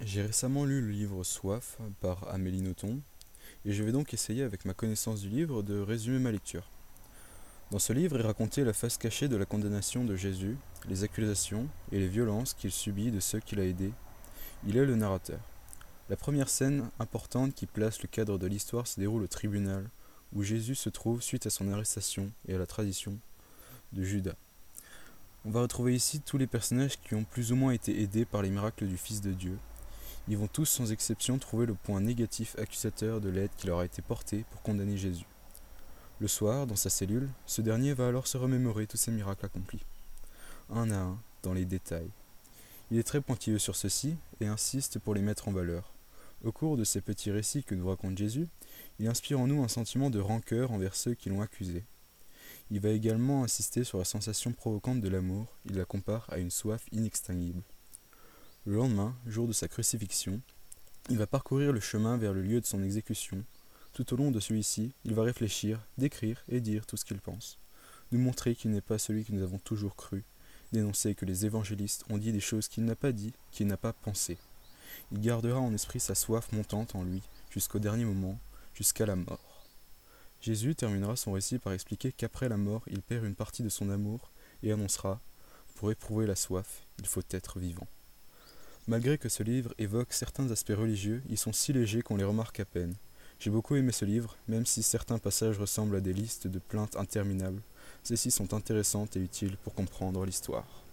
J'ai récemment lu le livre Soif par Amélie Nothomb, et je vais donc essayer avec ma connaissance du livre de résumer ma lecture. Dans ce livre est racontée la face cachée de la condamnation de Jésus, les accusations et les violences qu'il subit de ceux qu'il a aidés. Il est le narrateur. La première scène importante qui place le cadre de l'histoire se déroule au tribunal, où Jésus se trouve suite à son arrestation et à la tradition de Judas. On va retrouver ici tous les personnages qui ont plus ou moins été aidés par les miracles du Fils de Dieu. Ils vont tous sans exception trouver le point négatif accusateur de l'aide qui leur a été portée pour condamner Jésus. Le soir, dans sa cellule, ce dernier va alors se remémorer tous ces miracles accomplis, un à un, dans les détails. Il est très pointilleux sur ceux-ci et insiste pour les mettre en valeur. Au cours de ces petits récits que nous raconte Jésus, il inspire en nous un sentiment de rancœur envers ceux qui l'ont accusé. Il va également insister sur la sensation provocante de l'amour, il la compare à une soif inextinguible. Le lendemain, jour de sa crucifixion, il va parcourir le chemin vers le lieu de son exécution. Tout au long de celui-ci, il va réfléchir, décrire et dire tout ce qu'il pense. Nous montrer qu'il n'est pas celui que nous avons toujours cru, dénoncer que les évangélistes ont dit des choses qu'il n'a pas dit, qu'il n'a pas pensé. Il gardera en esprit sa soif montante en lui, jusqu'au dernier moment, jusqu'à la mort. Jésus terminera son récit par expliquer qu'après la mort, il perd une partie de son amour et annoncera « Pour éprouver la soif, il faut être vivant ». Malgré que ce livre évoque certains aspects religieux, ils sont si légers qu'on les remarque à peine. J'ai beaucoup aimé ce livre, même si certains passages ressemblent à des listes de plaintes interminables. Celles-ci sont intéressantes et utiles pour comprendre l'histoire.